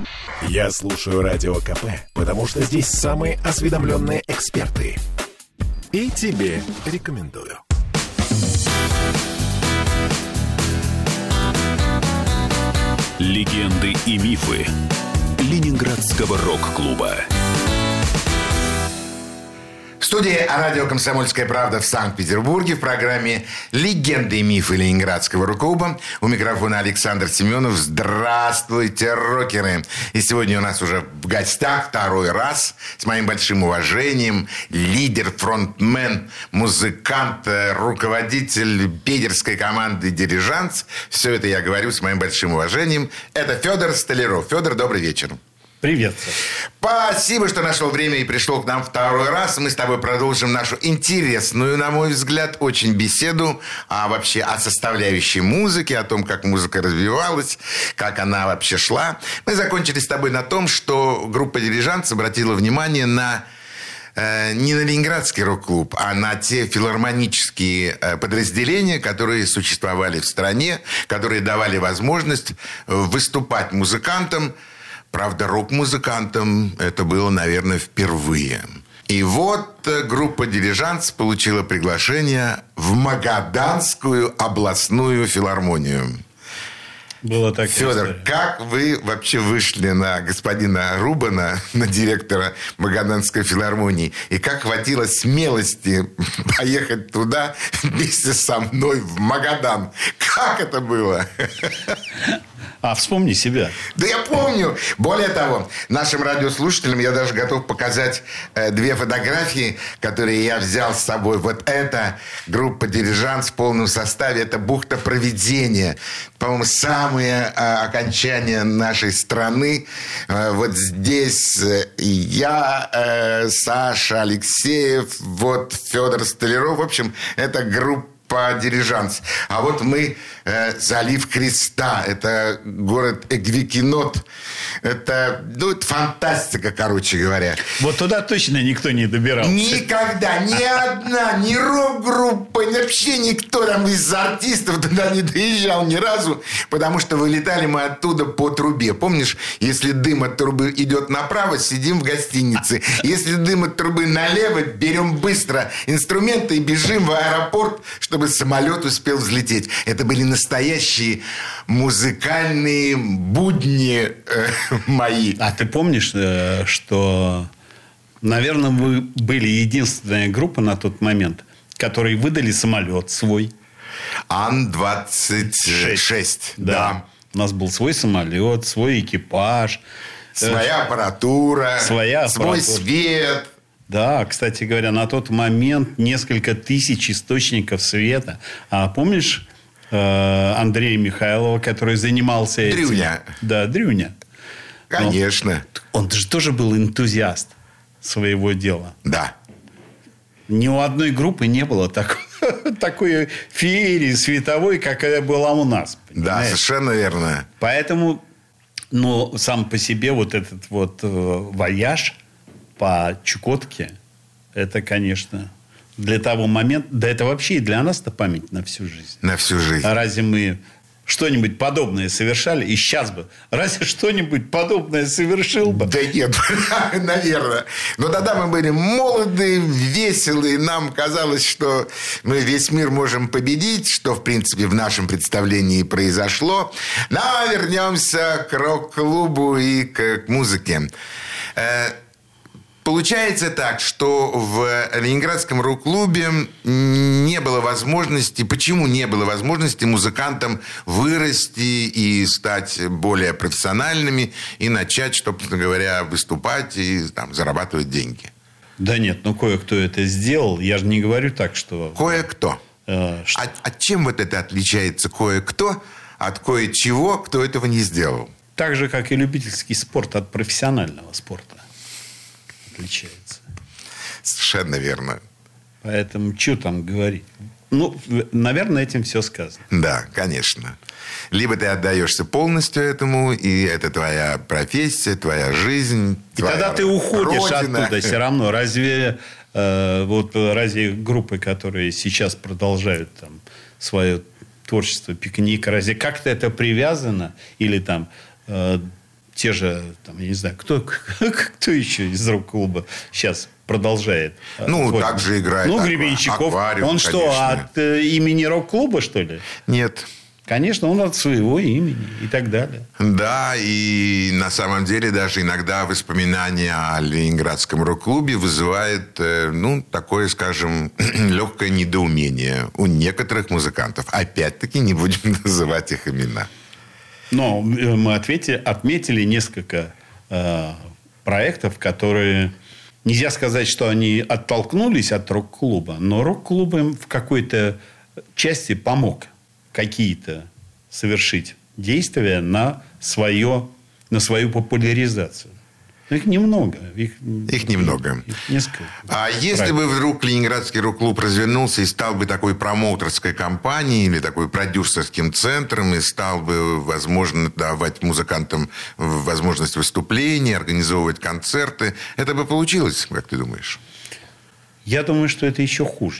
Я слушаю Радио КП, потому что здесь самые осведомленные эксперты. И тебе рекомендую. Легенды и мифы Ленинградского рок-клуба. В студии радио «Комсомольская правда» в Санкт-Петербурге в программе «Легенды и мифы Ленинградского рок-клуба». У микрофона Александр Семенов. Здравствуйте, рокеры! И сегодня у нас уже в гостях второй раз, с моим большим уважением, лидер, фронтмен, музыкант, руководитель питерской команды «Дирижанс». Все это я говорю с моим большим уважением. Это Федор Столяров. Федор, добрый вечер. Привет. Спасибо, что нашел время и пришел к нам второй раз. Мы с тобой продолжим нашу интересную, на мой взгляд, очень беседу вообще о составляющей музыки, о том, как музыка развивалась, как она вообще шла. Мы закончили с тобой на том, что группа «Дирижанс» обратила внимание на не на Ленинградский рок-клуб, а на те филармонические подразделения, которые существовали в стране, которые давали возможность выступать музыкантам. Правда, рок-музыкантам это было, наверное, впервые. И вот группа «Дирижанс» получила приглашение в Магаданскую областную филармонию. Было так. Федор, как вы вообще вышли на господина Рубана, на директора Магаданской филармонии, и как хватило смелости поехать туда вместе со мной в Магадан? Как это было? Вспомни себя. Да я помню. Более того, нашим радиослушателям я даже готов показать две фотографии, которые я взял с собой. Вот это группа «Дирижанс» в полном составе. Это «Бухта провидения». По-моему, самое окончание нашей страны. Вот здесь я, Саша Алексеев, вот Федор Столяров. В общем, это группа «Дирижанс». А вот мы залив Креста. Это город Эгвикинот. Это фантастика, короче говоря. Вот туда точно никто не добирался. Никогда. Ни одна, ни рок-группа, вообще никто там из артистов туда не доезжал ни разу. Потому что вылетали мы оттуда по трубе. Помнишь, если дым от трубы идет направо, сидим в гостинице. Если дым от трубы налево, берем быстро инструменты и бежим в аэропорт, чтобы самолет успел взлететь. Это были настоящие музыкальные будни мои. А ты помнишь, что, наверное, вы были единственная группа на тот момент, которой выдали самолет свой? Ан-26. Да. У нас был свой самолет, свой экипаж. Своя аппаратура. Свой свет. Да, кстати говоря, на тот момент несколько тысяч источников света. А помнишь Андрея Михайлова, который занимался этим? Дрюня. Да, Дрюня. Конечно. Он же тоже был энтузиаст своего дела. Да. Ни у одной группы не было такой феерии световой, какая была у нас. Да, совершенно верно. Поэтому, сам по себе вот этот вот вояж по Чукотке, это, конечно, для того момента, да это вообще и для нас-то память на всю жизнь. На всю жизнь. А разве мы что-нибудь подобное совершали? И сейчас бы. Разве что-нибудь подобное совершил бы? Да нет, наверное. Но тогда мы были молоды, веселые. Нам казалось, что мы весь мир можем победить, что, в принципе, в нашем представлении произошло. Но вернемся к рок-клубу и к музыке. Получается так, что в Ленинградском рок-клубе не было возможности... Почему не было возможности музыкантам вырасти и стать более профессиональными и начать, собственно говоря, выступать и зарабатывать деньги? Да нет, кое-кто это сделал. Я же не говорю так, что... Кое-кто. А чем вот это отличается кое-кто от кое-чего, кто этого не сделал? Так же, как и любительский спорт от профессионального спорта отличается. Совершенно верно. Поэтому что там говорить? Наверное, этим все сказано. Да, конечно. Либо ты отдаешься полностью этому, и это твоя профессия, твоя жизнь, и когда ты уходишь родина. Оттуда, все равно разве группы, которые сейчас продолжают свое творчество, пикник, разве как-то это привязано? Или те же, там, я не знаю, кто еще из рок-клуба сейчас продолжает. Также играет. Гребенщиков. Аквариум, он что, конечно. от имени рок-клуба, что ли? Нет. Конечно, он от своего имени и так далее. Да, и на самом деле даже иногда воспоминания о Ленинградском рок-клубе вызывает, такое, скажем, легкое недоумение у некоторых музыкантов. Опять-таки не будем называть их имена. Но мы отметили несколько проектов, которые... Нельзя сказать, что они оттолкнулись от рок-клуба, но рок-клуб им в какой-то части помог какие-то совершить действия на свою популяризацию. Их немного. Их немного. Их несколько. А если бы вдруг Ленинградский рок-клуб развернулся и стал бы такой промоутерской компанией или такой продюсерским центром и стал бы, возможно, давать музыкантам возможность выступлений, организовывать концерты, это бы получилось, как ты думаешь? Я думаю, что это еще хуже.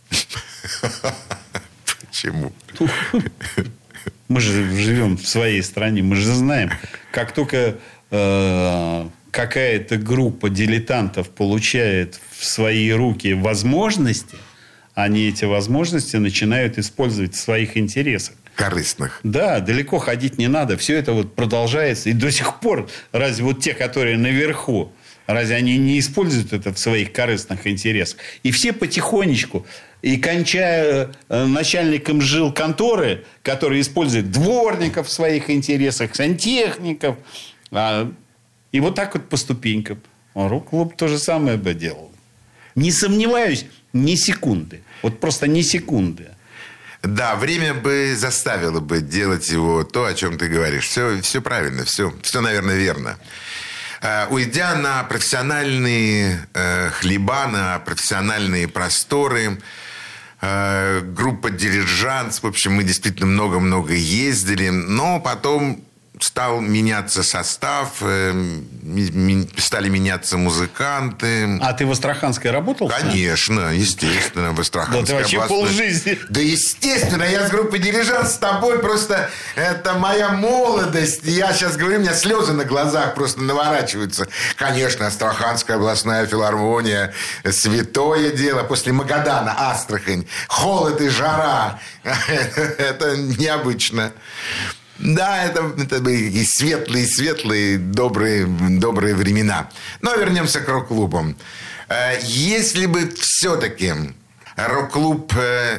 Почему? Мы же живем в своей стране, мы же знаем, как только какая-то группа дилетантов получает в свои руки возможности, они эти возможности начинают использовать в своих интересах. Корыстных. Да, далеко ходить не надо. Все это продолжается. И до сих пор, разве те, которые наверху, разве они не используют это в своих корыстных интересах? И все потихонечку, и кончая начальником жилконторы, который использует дворников в своих интересах, сантехников. И вот так вот по ступенькам. Рок-клуб то же самое бы делал. Не сомневаюсь ни секунды. Вот просто ни секунды. Да, время бы заставило бы делать его то, о чем ты говоришь. Все правильно, все, наверное, верно. Уйдя на профессиональные хлеба, на профессиональные просторы, группа «Дирижанс», в общем, мы действительно много-много ездили, но потом стал меняться состав, стали меняться музыканты. А ты в Астраханской работал? Конечно, естественно, в Астраханской. Да ты вообще полжизни. Да, естественно, я с группой «Дирижанс» с тобой, просто это моя молодость. Я сейчас говорю, у меня слезы на глазах просто наворачиваются. Конечно, Астраханская областная филармония, святое дело. После Магадана, Астрахань, холод и жара. Это необычно. Да, это были светлые, добрые времена. Но вернемся к рок-клубам. Если бы все-таки рок-клуб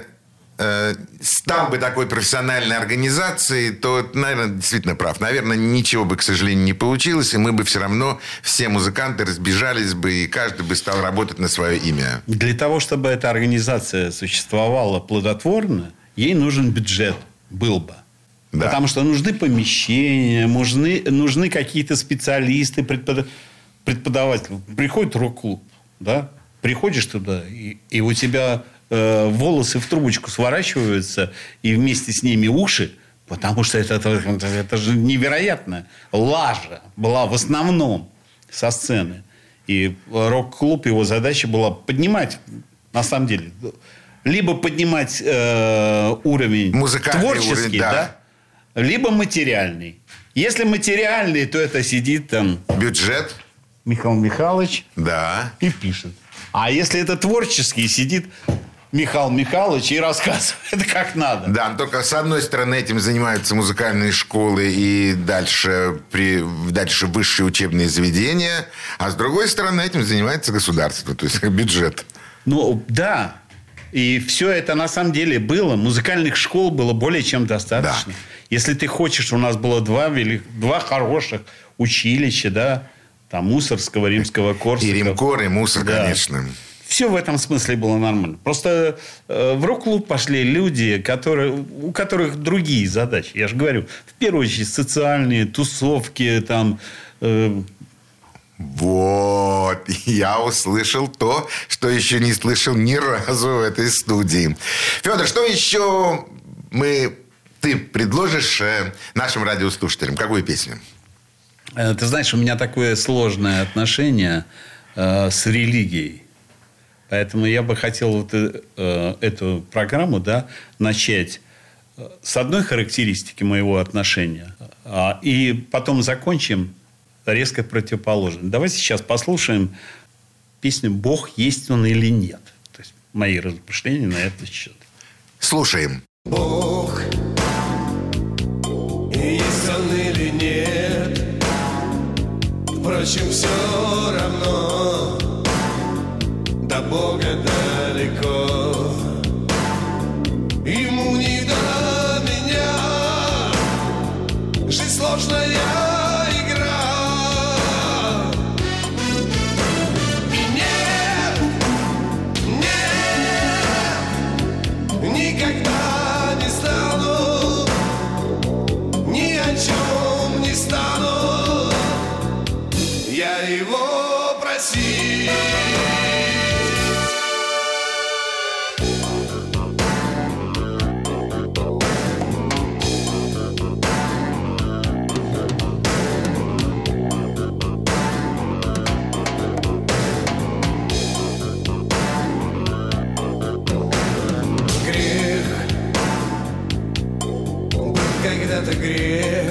стал бы такой профессиональной организацией, то, наверное, действительно прав. Наверное, ничего бы, к сожалению, не получилось, и мы бы все равно, все музыканты разбежались бы, и каждый бы стал работать на свое имя. Для того, чтобы эта организация существовала плодотворно, ей нужен бюджет. Был бы. Да. Потому что нужны помещения, нужны какие-то специалисты, преподаватели. Приходит рок-клуб, да? Приходишь туда, и у тебя волосы в трубочку сворачиваются, и вместе с ними уши, потому что это же невероятно. Лажа была в основном со сцены. И рок-клуб, его задача была поднимать, на самом деле, либо поднимать уровень творческий, уровень, да, либо материальный. Если материальный, то это сидит там... Бюджет. Михаил Михайлович. Да. И пишет. А если это творческий, сидит Михаил Михайлович и рассказывает, как надо. Да, только с одной стороны этим занимаются музыкальные школы и дальше высшие учебные заведения, а с другой стороны этим занимается государство, то есть бюджет. Ну, да. И все это на самом деле было. Музыкальных школ было более чем достаточно. Да. Если ты хочешь, у нас было два хороших училища, да, там Мусорского, Римского, Корсакова. И Римкор, и Мусор, да. Конечно. Все в этом смысле было нормально. Просто в рок-клуб пошли люди, у которых другие задачи. Я же говорю, в первую очередь социальные тусовки, там... Вот, я услышал то, что еще не слышал ни разу в этой студии. Федор, что еще ты предложишь нашим радиослушателям? Какую песню? Ты знаешь, у меня такое сложное отношение с религией. Поэтому я бы хотел эту программу, да, начать с одной характеристики моего отношения. И потом закончим резко противоположны. Давай сейчас послушаем песню «Бог, есть он или нет». То есть мои размышления на этот счет. Слушаем. Бог, есть он или нет, впрочем, все равно, до Бога далеко, ему не до меня, жизнь сложная игра. И нет, никогда не стану, ни о чем не стану я его просить. Грех был когда-то грех,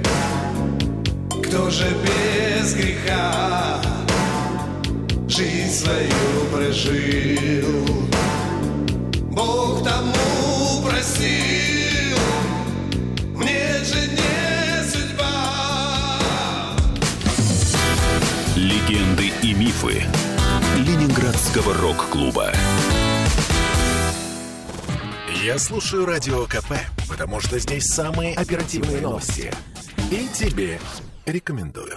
кто же без греха жизнь свою прожил? Бог тому простил, мне же не судьба. Легенды и мифы Ленинградского рок-клуба. Я слушаю Радио КП, потому что здесь самые оперативные новости. И тебе рекомендую.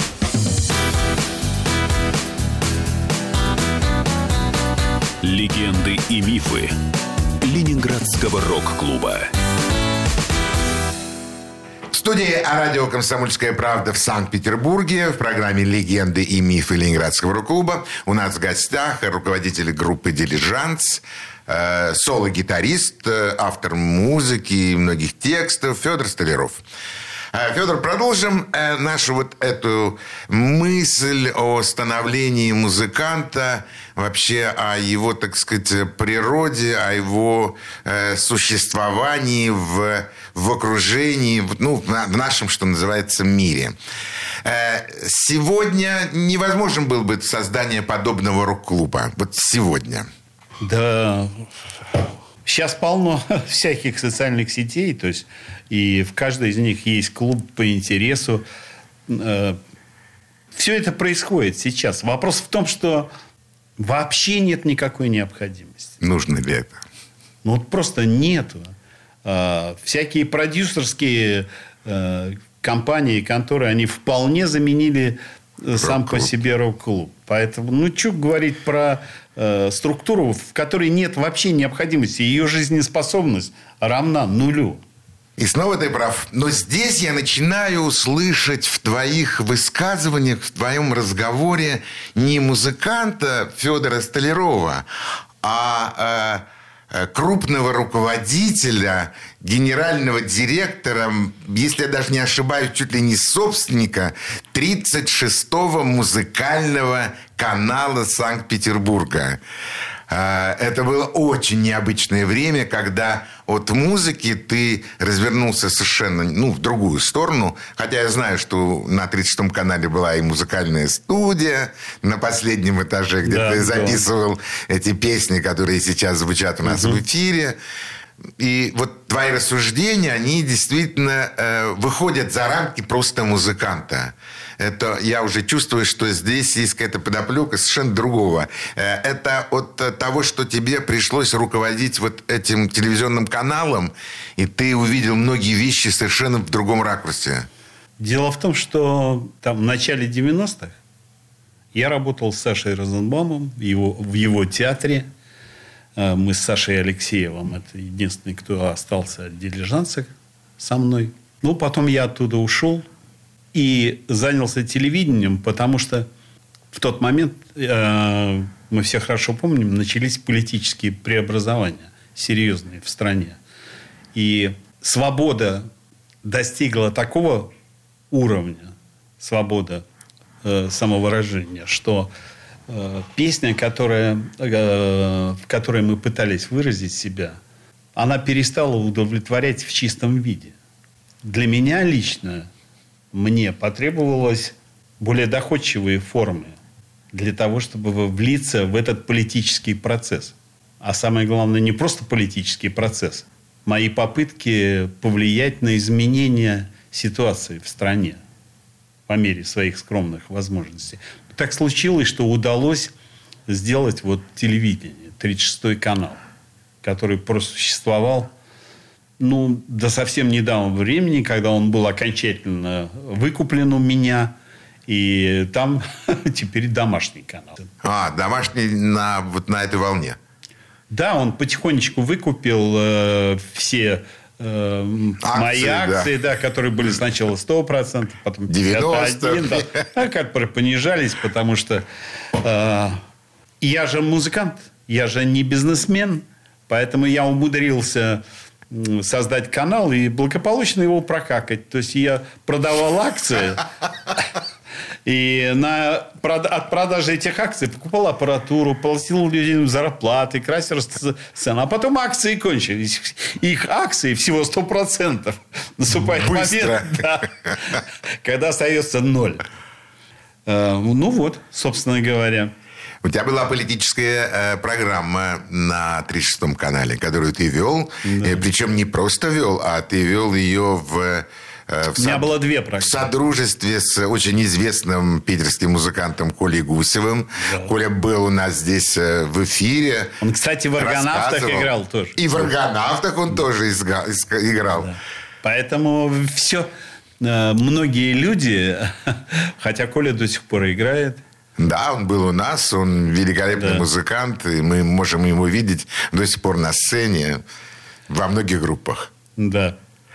Легенды и мифы Ленинградского рок-клуба. В студии радио «Комсомольская правда» в Санкт-Петербурге в программе «Легенды и мифы Ленинградского рок-клуба» у нас в гостях руководитель группы «Дилижанс», соло-гитарист, автор музыки и многих текстов Федор Столяров. Федор, продолжим нашу вот эту мысль о становлении музыканта, вообще о его, так сказать, природе, о его существовании в окружении, ну, в нашем, что называется, мире. Сегодня невозможно было бы создание подобного рок-клуба. Вот сегодня. Да, сейчас полно всяких социальных сетей, то есть и в каждой из них есть клуб по интересу. Все это происходит сейчас. Вопрос в том, что вообще нет никакой необходимости. Нужно ли это? Ну, вот просто нету. Всякие продюсерские компании, конторы, они вполне заменили сам по себе рок-клуб. Поэтому, ну, что говорить про структуру, в которой нет вообще необходимости. Ее жизнеспособность равна нулю. И снова ты прав. Но здесь я начинаю слышать в твоих высказываниях, в твоем разговоре не музыканта Федора Столярова, а крупного руководителя, генерального директора, если я даже не ошибаюсь, чуть ли не собственника 36-го музыкального канала Санкт-Петербурга. Это было очень необычное время, когда от музыки ты развернулся совершенно в другую сторону. Хотя я знаю, что на 36-м канале была и музыкальная студия на последнем этаже, где ты записывал эти песни, которые сейчас звучат у нас в эфире. И вот твои рассуждения, они действительно выходят за рамки просто музыканта. Это я уже чувствую, что здесь есть какая-то подоплека совершенно другого. Это от того, что тебе пришлось руководить вот этим телевизионным каналом, и ты увидел многие вещи совершенно в другом ракурсе. Дело в том, что там в начале 90-х я работал с Сашей Розенбаумом в его театре. Мы с Сашей Алексеевым, это единственный, кто остался от «Дилижанса» со мной. Ну, потом я оттуда ушел и занялся телевидением, потому что в тот момент, мы все хорошо помним, начались политические преобразования серьезные в стране. И свобода достигла такого уровня, свобода самовыражения, что песня, в которой мы пытались выразить себя, она перестала удовлетворять в чистом виде. Для меня лично, мне потребовалось более доходчивые формы для того, чтобы влиться в этот политический процесс. А самое главное, не просто политический процесс. Мои попытки повлиять на изменение ситуации в стране по мере своих скромных возможностей. Так случилось, что удалось сделать вот телевидение, 36-й канал, который просуществовал до совсем недавнего времени, когда он был окончательно выкуплен у меня. И там теперь домашний канал. Домашний на этой волне. Да, он потихонечку выкупил все мои акции, да, которые были сначала 100%, потом 51%, которые понижались, потому что я же музыкант, я же не бизнесмен, поэтому я умудрился создать канал и благополучно его прокакать. То есть я продавал акции, и от продажи этих акций покупал аппаратуру, платил людям зарплаты, красил сцену. А потом акции кончились. Их акции всего 100%. Наступает момент, когда остается 0. Собственно говоря. У тебя была политическая программа на 36-м канале, которую ты вел. Да. Причем не просто вел, а ты вел ее в У меня было 2 программы. В содружестве с очень известным питерским музыкантом Колей Гусевым. Да. Коля был у нас здесь в эфире. Он, кстати, в «Аргонавтах» играл тоже. И в «Аргонавтах» он тоже играл. Да. Поэтому все... Многие люди, хотя Коля до сих пор играет. Да, он был у нас, он великолепный музыкант, и мы можем его видеть до сих пор на сцене во многих группах. Да.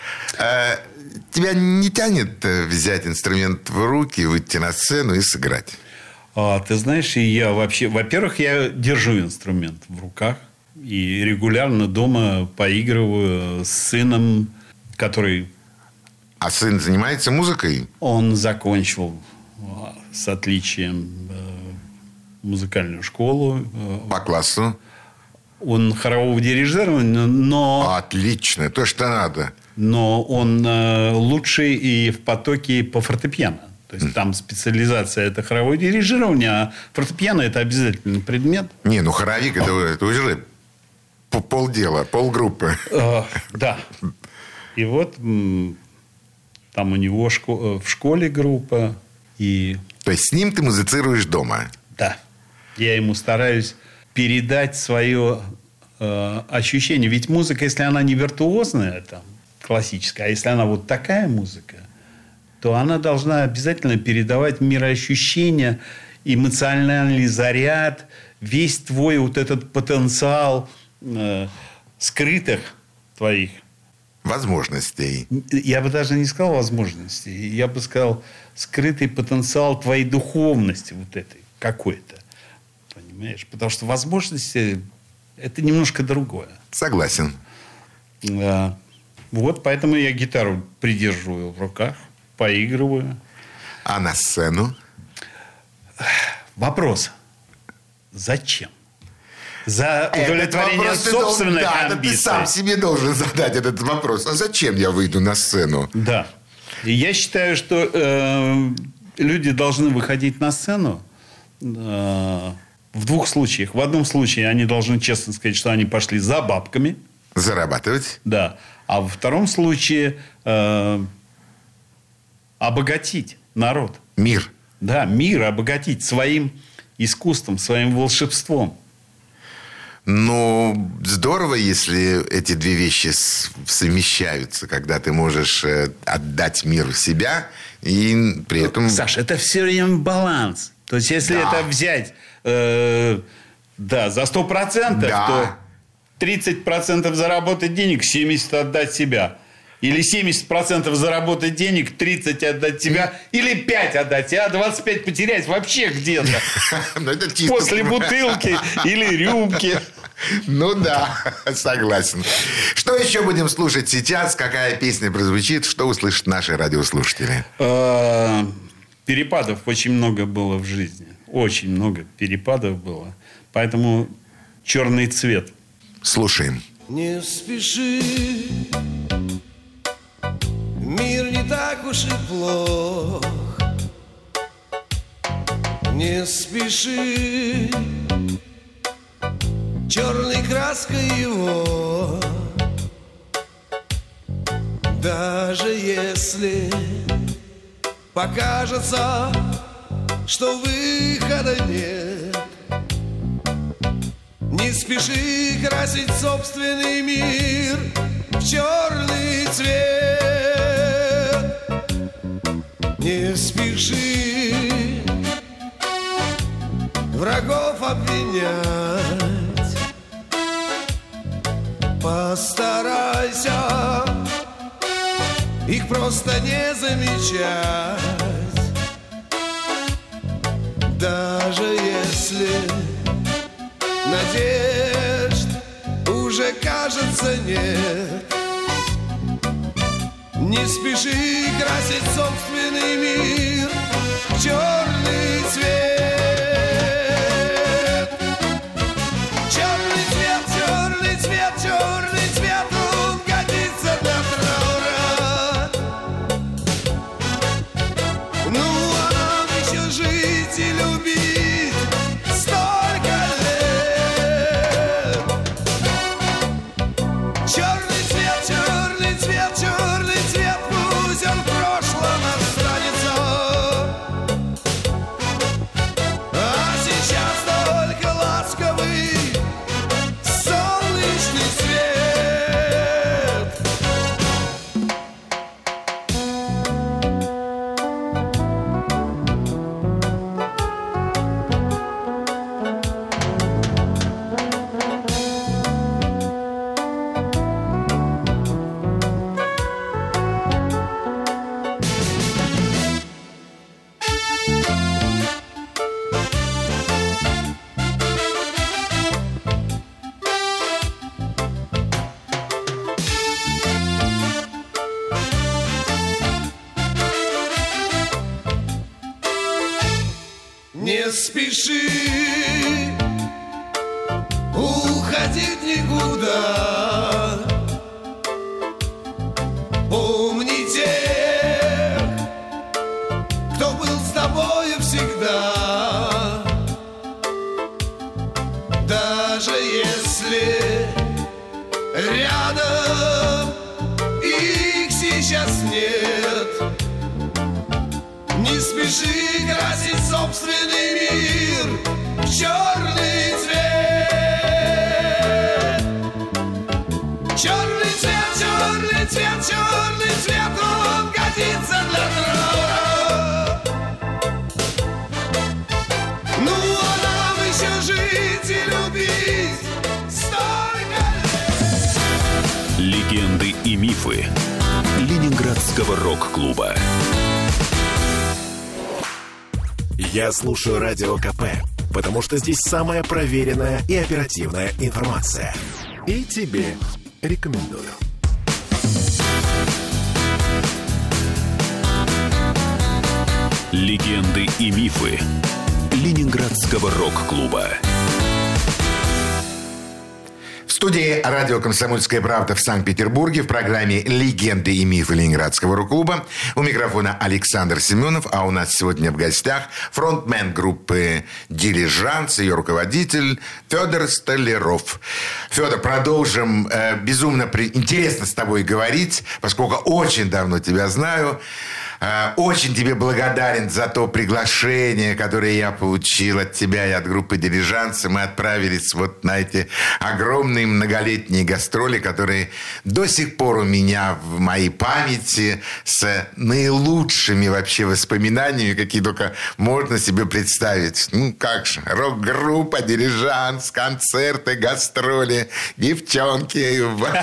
Тебя не тянет взять инструмент в руки, выйти на сцену и сыграть? Ты знаешь, я вообще... Во-первых, я держу инструмент в руках. И регулярно дома поигрываю с сыном, который... А сын занимается музыкой? Он закончил с отличием музыкальную школу. По классу? Он хорового дирижирования, но... Отлично, то, что надо. Но он лучший и в потоке по фортепиано. То есть там специализация – это хоровое дирижирование, а фортепиано – это обязательный предмет. Не, хоровик – это уже полдела, полгруппы. Да. И вот там у него в школе группа. И... То есть с ним ты музицируешь дома? Да. Я ему стараюсь передать свое ощущение. Ведь музыка, если она не виртуозная, там, классическая, а если она вот такая музыка, то она должна обязательно передавать мироощущение, эмоциональный заряд, весь твой вот этот потенциал скрытых твоих возможностей. Я бы даже не сказал возможностей. Я бы сказал скрытый потенциал твоей духовности вот этой какой-то. Понимаешь? Потому что возможности – это немножко другое. Согласен. Вот поэтому я гитару придерживаю в руках, поигрываю. А на сцену? Вопрос. Зачем? За удовлетворение собственных амбиций. Ты сам себе должен задать этот вопрос. А зачем я выйду на сцену? Да. И я считаю, что люди должны выходить на сцену в 2 случаях. В одном случае они должны честно сказать, что они пошли за бабками. Зарабатывать. Да. А во втором случае обогатить народ. Мир. Да, мир обогатить своим искусством, своим волшебством. Ну, здорово, если эти 2 вещи совмещаются, когда ты можешь отдать миру себя и при этом... Саша, это все время баланс. То есть, если это взять за 100%, то 30% заработать денег, 70% отдать себя. Или 70% заработать денег, 30% отдать себя. Или 5% отдать себя, 25% потерять вообще где-то. После бутылки или рюмки. Ну да, согласен. Что еще будем слушать сейчас? Какая песня прозвучит? Что услышат наши радиослушатели? Перепадов очень много было в жизни. Очень много перепадов было. Поэтому черный цвет. Слушаем. Не спеши, мир не так уж и плох. Не спеши, черной краской его, даже если покажется, что выхода нет. Не спеши красить собственный мир в черный цвет. Не спеши врагов обвинять. Постарайся их просто не замечать. Даже если надежд уже, кажется, нет. Не спеши красить собственный мир в черный цвет. Черный цвет, черный цвет, черный цвет, он годится для траура. Ну, а нам еще жить и любить столько лет. Черный цвет, черный цвет, черный цвет, пусть он в прошлом останется. А сейчас только ласковый солнечный свет. Не спеши уходить никуда. Помни тех, кто был с тобою всегда. Даже если рядом их сейчас нет. Не спеши красить собственный мир в черный цвет. Черный цвет, черный цвет, черный цвет, он годится для траура. Ну, а нам еще жить и любить столько лет. Легенды и мифы Ленинградского рок-клуба. Я слушаю Радио КП, потому что здесь самая проверенная и оперативная информация. И тебе рекомендую. Легенды и мифы Ленинградского рок-клуба. В студии радио «Комсомольская правда» в Санкт-Петербурге в программе «Легенды и мифы Ленинградского рок-клуба». У микрофона Александр Семенов, а у нас сегодня в гостях фронтмен группы «Дилижанс», ее руководитель Федор Столяров. Федор, продолжим. Безумно интересно с тобой говорить, поскольку очень давно тебя знаю. Очень тебе благодарен за то приглашение, которое я получил от тебя и от группы «Дилижанс». Мы отправились вот на эти огромные многолетние гастроли, которые до сих пор у меня в моей памяти с наилучшими вообще воспоминаниями, какие только можно себе представить. Ну, как же, рок-группа «Дилижанс», концерты, гастроли, девчонки.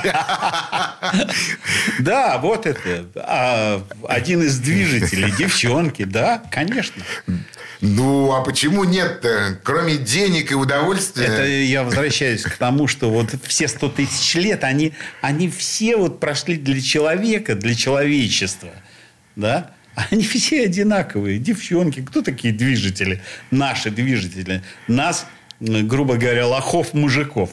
Да, вот это. Один из движителей, девчонки, да, конечно. Ну, а почему нет-то? Кроме денег и удовольствия. Это я возвращаюсь к тому, что вот все 100 тысяч лет, они все вот прошли для человека, для человечества. Да? Они все одинаковые. Девчонки. Кто такие движители? Наши движители. Нас, грубо говоря, лохов-мужиков.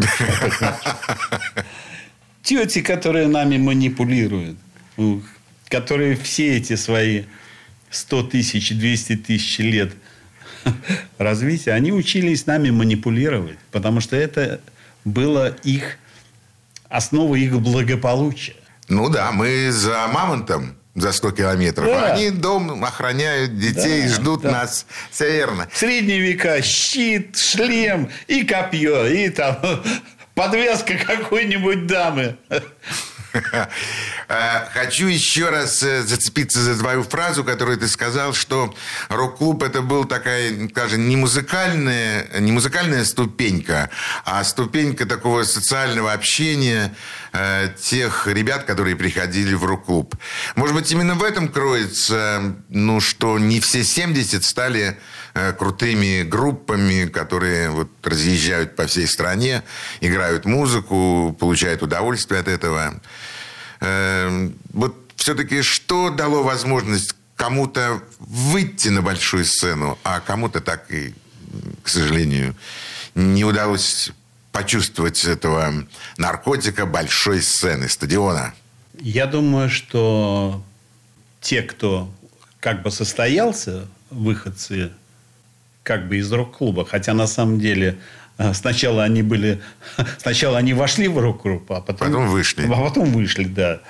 Тети, которые нами манипулируют. Которые все эти свои 100 тысяч, 200 тысяч лет развития, они учились нами манипулировать, потому что это было основа их благополучия. Ну да, мы за мамонтом за 100 километров. Да. Они дом охраняют детей, ждут нас. Все верно. В средние века щит, шлем и копье, и там подвеска какой-нибудь дамы. Хочу еще раз зацепиться за твою фразу, которую ты сказал, что рок-клуб это был такая, скажем, не музыкальная ступенька, а ступенька такого социального общения тех ребят, которые приходили в рок-клуб. Может быть, именно в этом кроется, что не все 70 стали крутыми группами, которые вот разъезжают по всей стране, играют музыку, получают удовольствие от этого. Вот все-таки что дало возможность кому-то выйти на большую сцену, а кому-то так и, к сожалению, не удалось почувствовать этого наркотика большой сцены, стадиона? Я думаю, что те, кто как бы состоялся, выходцы как бы из рок-клуба, хотя на самом деле сначала они вошли в рок-группу, а потом вышли. А потом вышли, да.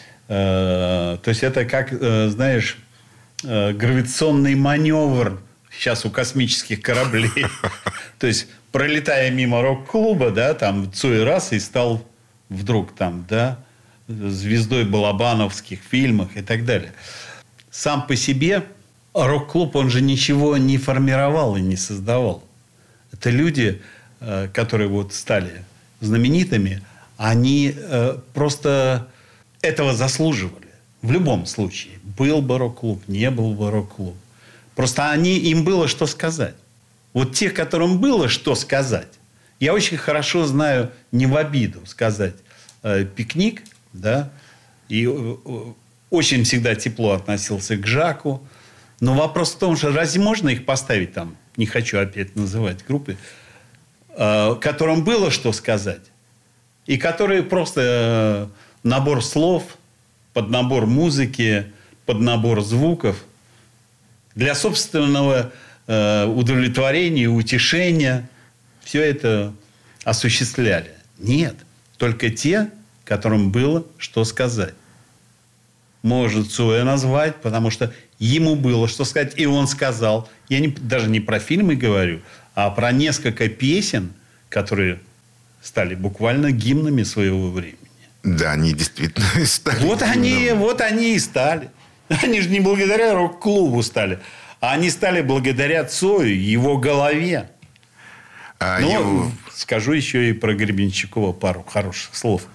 То есть это как, знаешь, гравитационный маневр сейчас у космических кораблей. То есть, пролетая мимо рок-клуба, да, там Цой раз и стал вдруг там, да, звездой балабановских фильмов и так далее. Сам по себе рок-клуб, он же ничего не формировал и не создавал. Это люди, которые вот стали знаменитыми, они просто этого заслуживали. В любом случае. Был бы рок-клуб, не был бы рок-клуб. Просто им было что сказать. Вот те, которым было что сказать, я очень хорошо знаю, не в обиду сказать, «Пикник», да, и очень всегда тепло относился к Жаку. Но вопрос в том, что разве можно их поставить там, не хочу опять называть группы, которым было что сказать, и которые просто набор слов, под набор музыки, под набор звуков для собственного удовлетворения, утешения все это осуществляли. Нет, только те, которым было что сказать. Может Цоя назвать, потому что ему было что сказать, и он сказал. Я даже не про фильмы говорю, а про несколько песен, которые стали буквально гимнами своего времени. Да, они действительно стали Вот они и стали. Они же не благодаря рок-клубу стали, а они стали благодаря Цою, его голове. Скажу еще и про Гребенщикова пару хороших слов.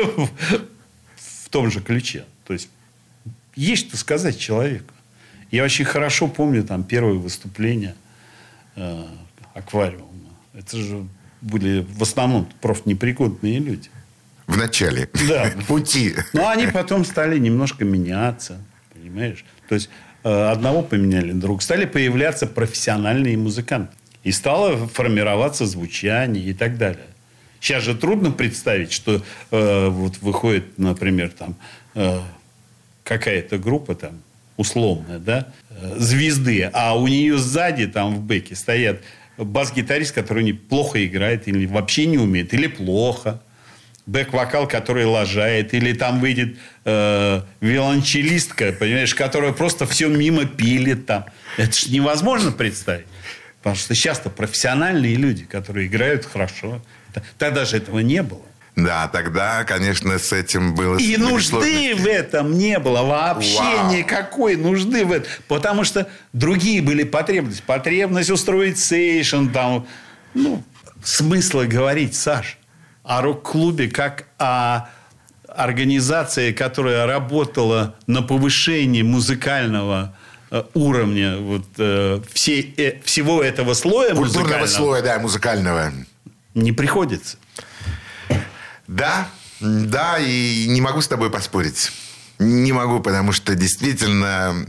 В том же ключе. То есть, есть что сказать человеку. Я очень хорошо помню там первые выступления «Аквариума». Это же были в основном профнепригодные люди. В начале пути. Но они потом стали немножко меняться. Понимаешь? То есть, одного поменяли, другого. Стали появляться профессиональные музыканты. И стало формироваться звучание и так далее. Сейчас же трудно представить, что вот выходит, например, там какая-то группа там условная, да, звезды, а у нее сзади там в бэке стоят бас-гитарист, который плохо играет или вообще не умеет, или плохо. Бэк-вокал, который лажает, или там выйдет виолончелистка, понимаешь, которая просто все мимо пилит там. Это же невозможно представить. Потому что сейчас-то профессиональные люди, которые играют хорошо. Тогда же этого не было. Да, тогда, конечно, с этим было... И нужды в этом не было. Вообще никакой нужды в этом. Потому что другие были потребности. Потребность устроить сейшн. Там, смысла говорить, Саш, о рок-клубе как о организации, которая работала на повышении музыкального уровня всего этого слоя культурного слоя, да, музыкального. Не приходится. Да, и не могу с тобой поспорить. Не могу, потому что действительно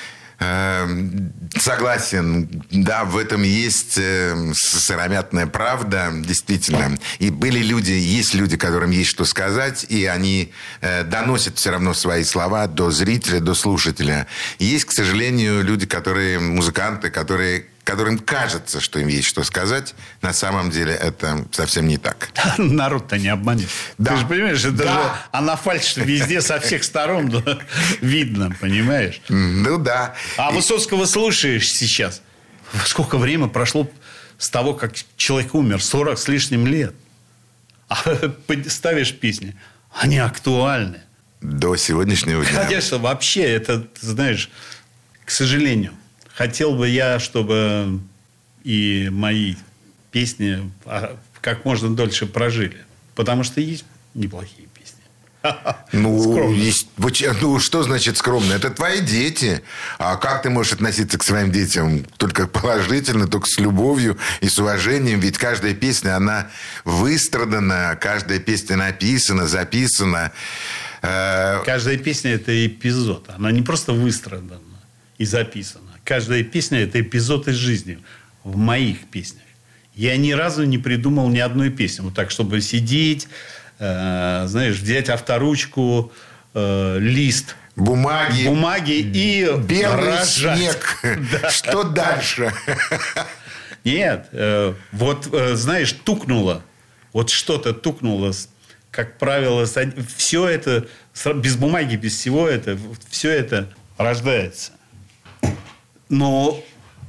согласен. Да, в этом есть сыромятная правда, действительно. И есть люди, которым есть что сказать, и они доносят все равно свои слова до зрителя, до слушателя. И есть, к сожалению, музыканты, которые которым кажется, что им есть что сказать, на самом деле это совсем не так. Народ-то не обманет. Да. Ты же понимаешь, это Да. же анафальш везде со всех сторон видно, понимаешь? Ну да. А Высоцкого слушаешь сейчас. Сколько времени прошло с того, как человек умер? 40 с лишним лет. А ставишь песни, они актуальны. До сегодняшнего дня. Конечно, вообще, это, ты знаешь, к сожалению, хотел бы я, чтобы и мои песни как можно дольше прожили. Потому что есть неплохие песни. Ну, что значит скромно? Это твои дети. А как ты можешь относиться к своим детям? Только положительно, только с любовью и с уважением. Ведь каждая песня, она выстрадана, каждая песня написана, записана. Каждая песня – это эпизод. Она не просто выстрадана и записана. Каждая песня – это эпизод из жизни. В моих песнях. Я ни разу не придумал ни одной песни. Вот так, чтобы сидеть, знаешь, взять авторучку, лист бумаги и белый рожать. снег. Да. Что дальше? Нет. Вот, знаешь, тукнуло. Вот что-то тукнуло. Как правило, все это, без бумаги, без всего это, все это рождается. Но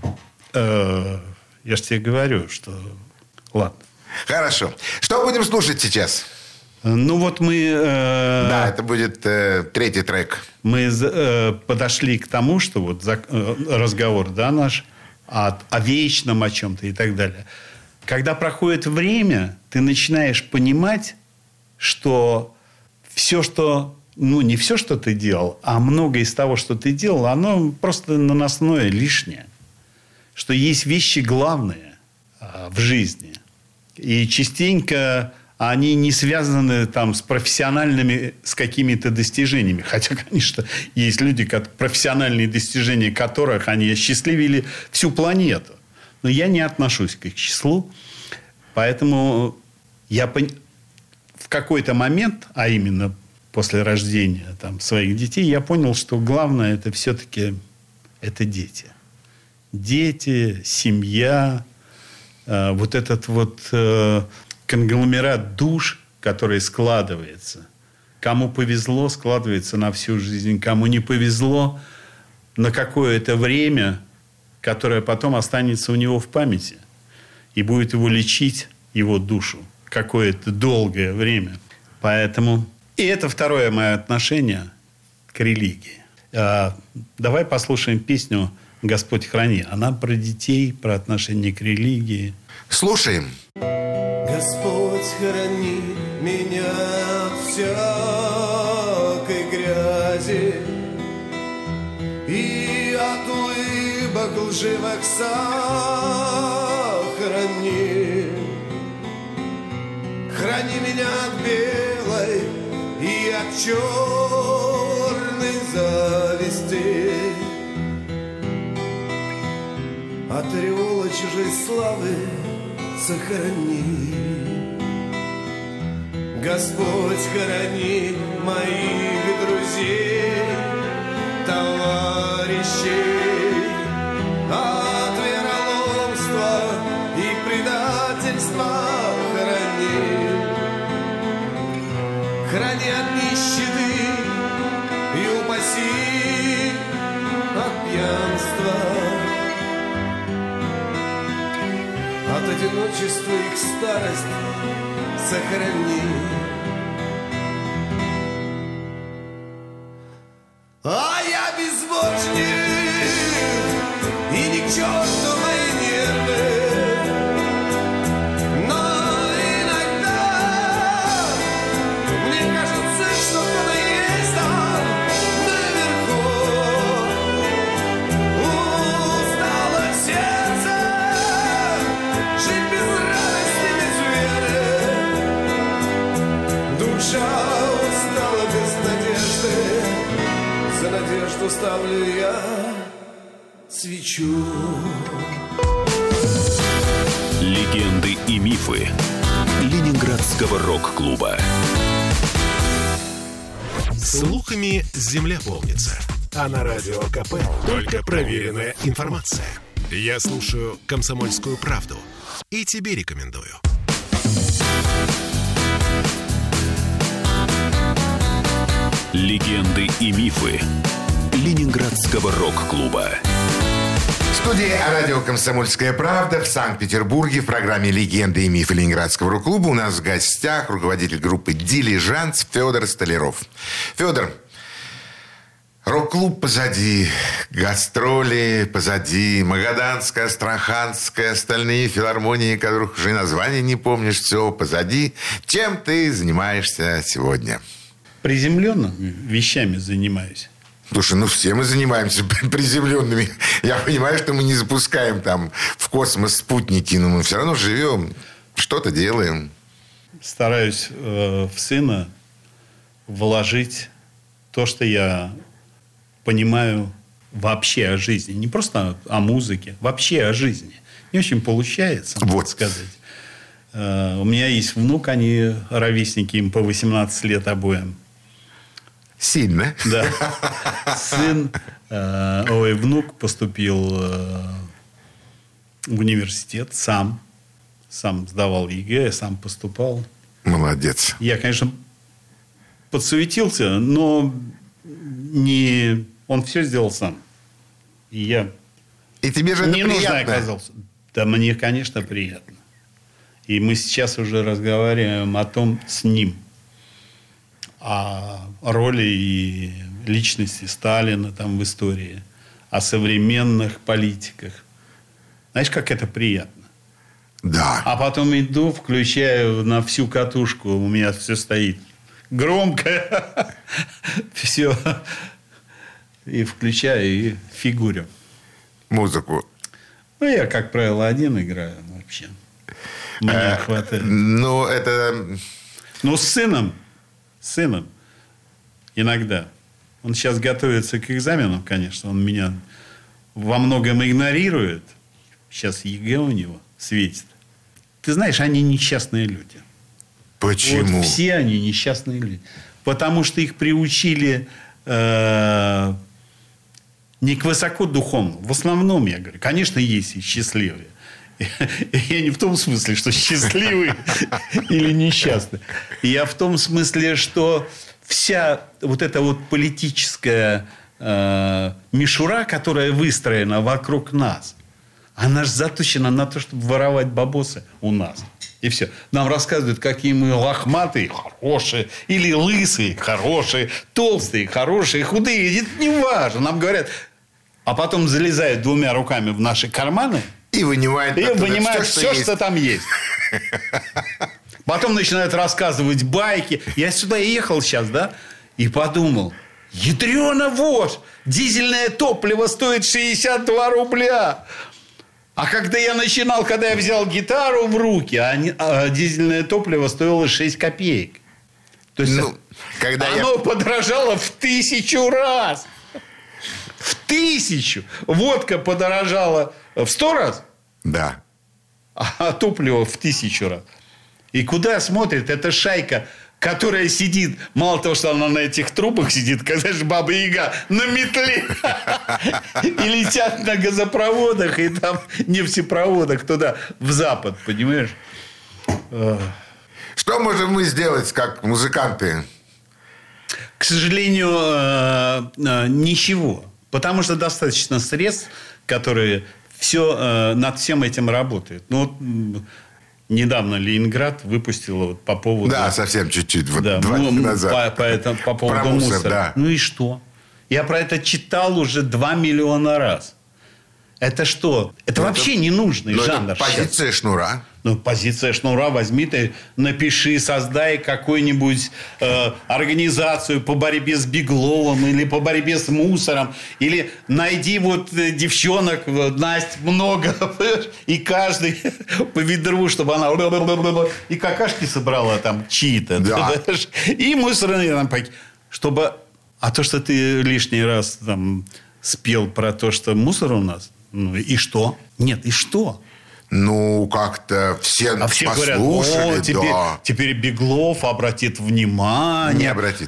я же тебе говорю, что... Ладно. Хорошо. Что будем слушать сейчас? Ну, вот мы... Да, это будет третий трек. Мы подошли к тому, что вот разговор, да, наш о вечном, о чем-то и так далее. Когда проходит время, ты начинаешь понимать, что все, что... Ну, не все, что ты делал, а многое из того, что ты делал, оно просто наносное, лишнее. Что есть вещи главные в жизни. И частенько они не связаны там, с профессиональными, с какими-то достижениями. Хотя, конечно, есть люди, профессиональные достижения которых они осчастливили всю планету. Но я не отношусь к их числу. Поэтому я в какой-то момент, а именно после рождения там, своих детей, я понял, что главное это все-таки это дети. Дети, семья, вот этот вот конгломерат душ, который складывается. Кому повезло, складывается на всю жизнь. Кому не повезло, на какое-то время, которое потом останется у него в памяти. И будет его лечить, его душу, какое-то долгое время. Поэтому... И это второе мое отношение к религии. Давай послушаем песню «Господь храни». Она про детей, про отношение к религии. Слушаем. Господь, храни меня от всякой грязи и от улыбок лживых сохрани. Храни меня от белой и от черной зависти, от ореола чужой славы сохрани. Господь, храни моих друзей, товарищей от вероломства и предательства храни. Храни от нищеты и упаси от пьянства, от одиночества и к старости сохрани. А я безбожник и ни к черту мои нервы, но иногда мне кажется, что кто-то есть там наверху. Устало сердце жить без радости, без веры. Душа устала без надежды. За надежду ставлю я свечу. Легенды и мифы Ленинградского рок-клуба. Слухами земля полнится. А на Радио КП только проверенная информация. Я слушаю «Комсомольскую правду» и тебе рекомендую. Легенды и мифы Ленинградского рок-клуба. В студии радио «Комсомольская правда» в Санкт-Петербурге в программе «Легенды и мифы Ленинградского рок-клуба» у нас в гостях руководитель группы «Дилижанс» Федор Столяров. Федор, рок-клуб позади, гастроли позади, Магаданская, Астраханская, остальные филармонии, которых уже и названия не помнишь, все позади. Чем ты занимаешься сегодня? Приземленными вещами занимаюсь. Слушай, все мы занимаемся приземленными. Я понимаю, что мы не запускаем там в космос спутники, но мы все равно живем, что-то делаем. Стараюсь в сына вложить то, что я понимаю вообще о жизни. Не просто о музыке, вообще о жизни. Не очень получается, вот. Так сказать. У меня есть внук, они ровесники, им по 18 лет обоим. Сильно. Да. Внук поступил в университет сам. Сам сдавал ЕГЭ, сам поступал. Молодец. Я, конечно, подсуетился, но он все сделал сам. И тебе же это не нужно приятно. оказался. Да, мне, конечно, приятно. И мы сейчас уже разговариваем о том с ним. О роли и личности Сталина там в истории. О современных политиках. Знаешь, как это приятно? Да. А потом иду, включаю на всю катушку. У меня все стоит громко. Все. И включаю, и фигурю. Музыку. Я, как правило, один играю вообще. Мне хватает. Это... С сыном. Иногда. Он сейчас готовится к экзаменам, конечно. Он меня во многом игнорирует. Сейчас ЕГЭ у него светит. Ты знаешь, они несчастные люди. Почему? Вот все они несчастные люди. Потому что их приучили не к высокодуховному. В основном, я говорю, конечно, есть и счастливые. Я не в том смысле, что счастливый или несчастный. Я в том смысле, что вся вот эта вот политическая мишура, которая выстроена вокруг нас, она же заточена на то, чтобы воровать бабосы у нас. И все. Нам рассказывают, какие мы лохматые, хорошие, или лысые, хорошие, толстые, хорошие, худые. Это не важно. Нам говорят, а потом залезают двумя руками в наши карманы и вынимают все, что там есть. Потом начинают рассказывать байки. Я сюда ехал сейчас, да, и подумал, ядрёна вошь, дизельное топливо стоит 62 рубля. А когда я взял гитару в руки, дизельное топливо стоило 6 копеек. То есть оно подорожало в 1000 раз. В 1000. Водка подорожала в 100 раз. Да. А топливо в 1000 раз. И куда смотрит эта шайка, которая сидит, мало того, что она на этих трубах сидит, когда же Баба-Яга на метле. И летят на газопроводах, и там нефтепроводах туда, в запад, понимаешь? Что можем мы сделать, как музыканты? К сожалению, ничего. Потому что достаточно средств, которые над всем этим работают. Недавно Ленинград выпустила по поводу... Да, совсем чуть-чуть. 2 дня назад. По поводу мусора. Да. Ну и что? Я про это читал уже 2 миллиона раз. Это что? Это вообще ненужный жанр. Позиция шнура. Позиция шнура. Возьми ты, напиши, создай какую-нибудь организацию по борьбе с Бегловым или по борьбе с мусором. Или найди девчонок, Насть много, и каждый по ведру, чтобы она и какашки собрала там чьи-то. Да. И мусорные там пакеты. Чтобы... А то, что ты лишний раз там спел про то, что мусор у нас, и что? Нет, и что? Как-то все все послушали, говорят, теперь Беглов обратит внимание. Не обратит.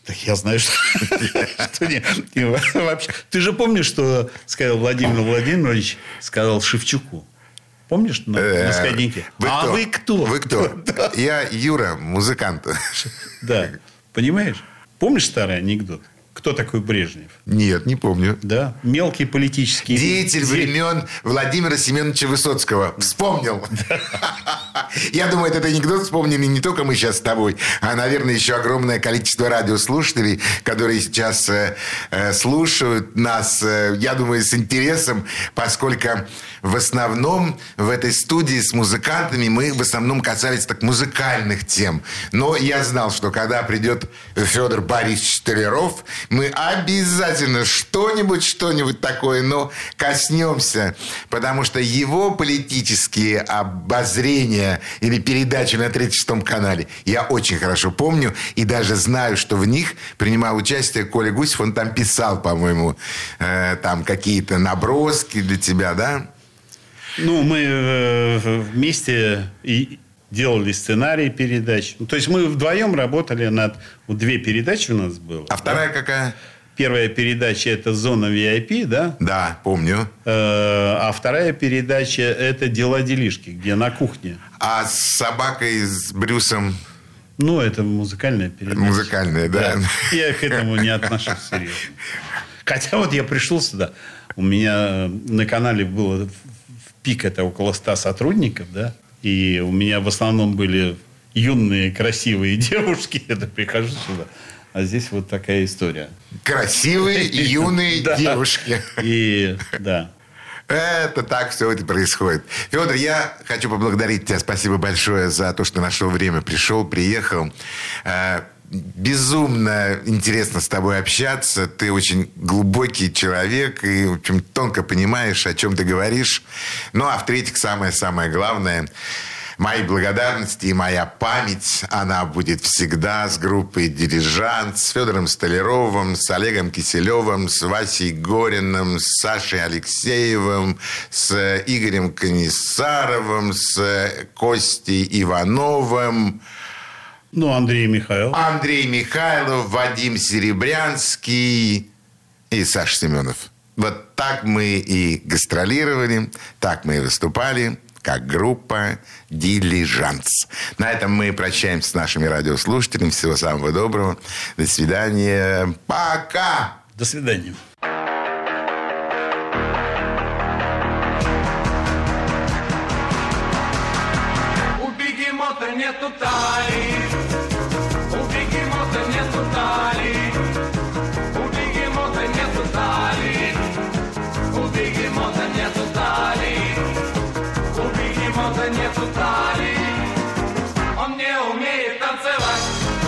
Так я знаю, что не. Вообще, ты же помнишь, что сказал Владимир Владимирович, сказал Шевчуку? Помнишь на сходнике? Вы кто? Вы кто? Я Юра, музыкант. Да. Понимаешь? Помнишь старый анекдот? Кто такой Брежнев? Нет, не помню. Да. Мелкий политический... Деятель времен Владимира Семеновича Высоцкого. Вспомнил. Я думаю, этот анекдот вспомнили не только мы сейчас с тобой, а, наверное, еще огромное количество радиослушателей, которые сейчас слушают нас, я думаю, с интересом, поскольку в основном в этой студии с музыкантами мы в основном касались так музыкальных тем. Но я знал, что когда придет Федор Борисович Столяров, мы обязательно что-нибудь такое, но коснемся, потому что его политические обозрения или передачи на 36-м канале я очень хорошо помню и даже знаю, что в них принимал участие Коля Гусев, он там писал, по-моему, там какие-то наброски для тебя, да? Ну, мы вместе и делали сценарий передач. То есть мы вдвоем работали над... Вот 2 передачи у нас было. А вторая какая? Первая передача – это «Зона VIP», да? Да, помню. А вторая передача – это «Дела-делишки», где на кухне. А с собакой, с Брюсом? Ну, это музыкальная передача. Музыкальная, да. Я к этому не отношусь серьезно. Хотя вот я пришел сюда, у меня на канале было в пик это около 100 сотрудников, да, и у меня в основном были юные, красивые девушки. Я прихожу сюда, а здесь вот такая история. Красивые, юные девушки. И, да. Это так все это происходит. Федор, я хочу поблагодарить тебя. Спасибо большое за то, что нашел время, пришел, приехал. Безумно интересно с тобой общаться. Ты очень глубокий человек и, в общем, тонко понимаешь, о чем ты говоришь. Ну, а в-третьих, самое главное, мои благодарности и моя память, она будет всегда с группой «Дирижант», с Федором Столяровым, с Олегом Киселевым, с Васей Гориным, с Сашей Алексеевым, с Игорем Комиссаровым, с Костей Ивановым. Ну, Андрей Михайлов, Вадим Серебрянский и Саша Семенов. Вот так мы и гастролировали, так мы и выступали, как группа «Дилижанс». На этом мы прощаемся с нашими радиослушателями. Всего самого доброго. До свидания. Пока! До свидания. У бегемота нету талии. У бегемота нету талии. У бегемота нету талии. У бегемота нету талии. У бегемота нету талии. Он не умеет танцевать.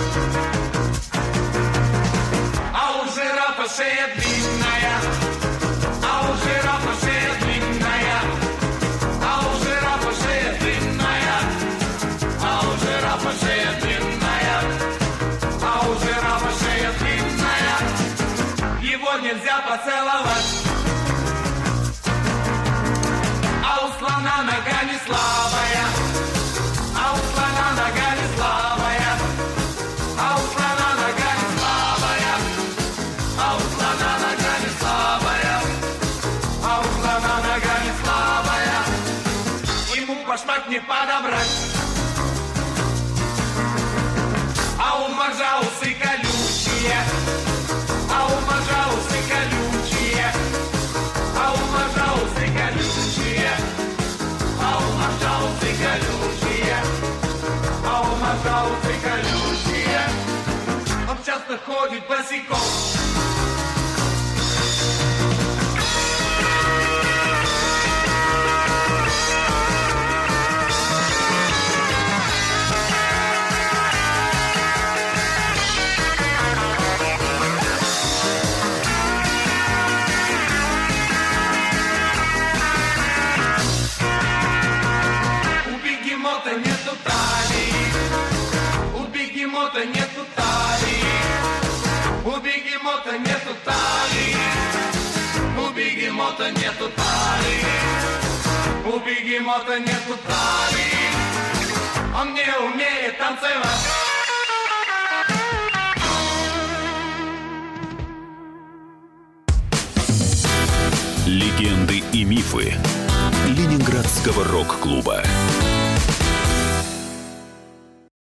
А у жирафа шея длинная. А у жирафа шея длинная. А у жирафа шея длинная. А у жирафа шея длинная. А у жирафа шея длинная. Его нельзя поцеловать. А у слона нога не слабая. А у слона нога не слабая. А у слона нога не слабая. А у слона нога не слабая. А у слона нога не слабая. Ему башмак не подобрать. А у моржа усы колючие. А у моржа усы колючие. А у моржа усы колючие. А у моржа усы колючие. А у моржа усы колючие. Он часто ходит босиком. У бегемота нету талии. У бегемота нету талии. У бегемота нету талии. У бегемота нету талии. У бегемота нету талии. Он не умеет танцевать. Легенды и мифы Ленинградского рок-клуба.